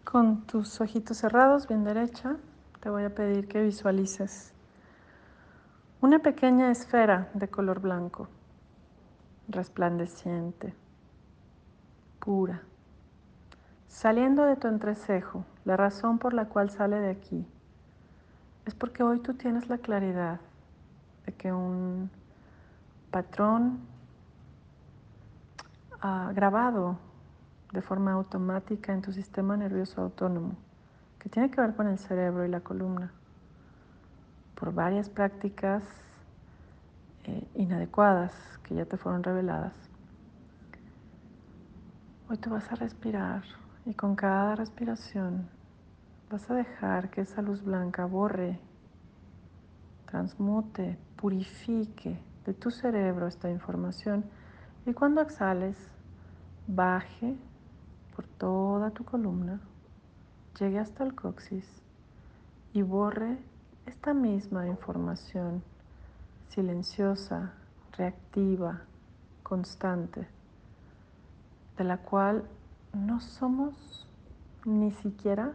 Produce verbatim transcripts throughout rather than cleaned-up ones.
Con tus ojitos cerrados, bien derecha, te voy a pedir que visualices una pequeña esfera de color blanco, resplandeciente, pura, saliendo de tu entrecejo. La razón por la cual sale de aquí es porque hoy tú tienes la claridad de que un patrón uh, grabado de forma automática en tu sistema nervioso autónomo, que tiene que ver con el cerebro y la columna, por varias prácticas eh, inadecuadas que ya te fueron reveladas. Hoy tú vas a respirar y con cada respiración vas a dejar que esa luz blanca borre, transmute, purifique de tu cerebro esta información, y cuando exhales, baje por toda tu columna, llegue hasta el coxis y borre esta misma información silenciosa, reactiva, constante, de la cual no somos ni siquiera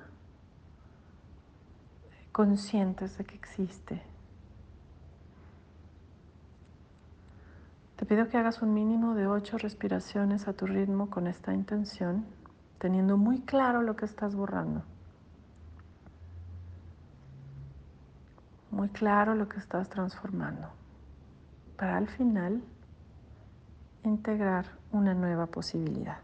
conscientes de que existe. Te pido que hagas un mínimo de ocho respiraciones a tu ritmo con esta intención, teniendo muy claro lo que estás borrando, muy claro lo que estás transformando, para al final integrar una nueva posibilidad.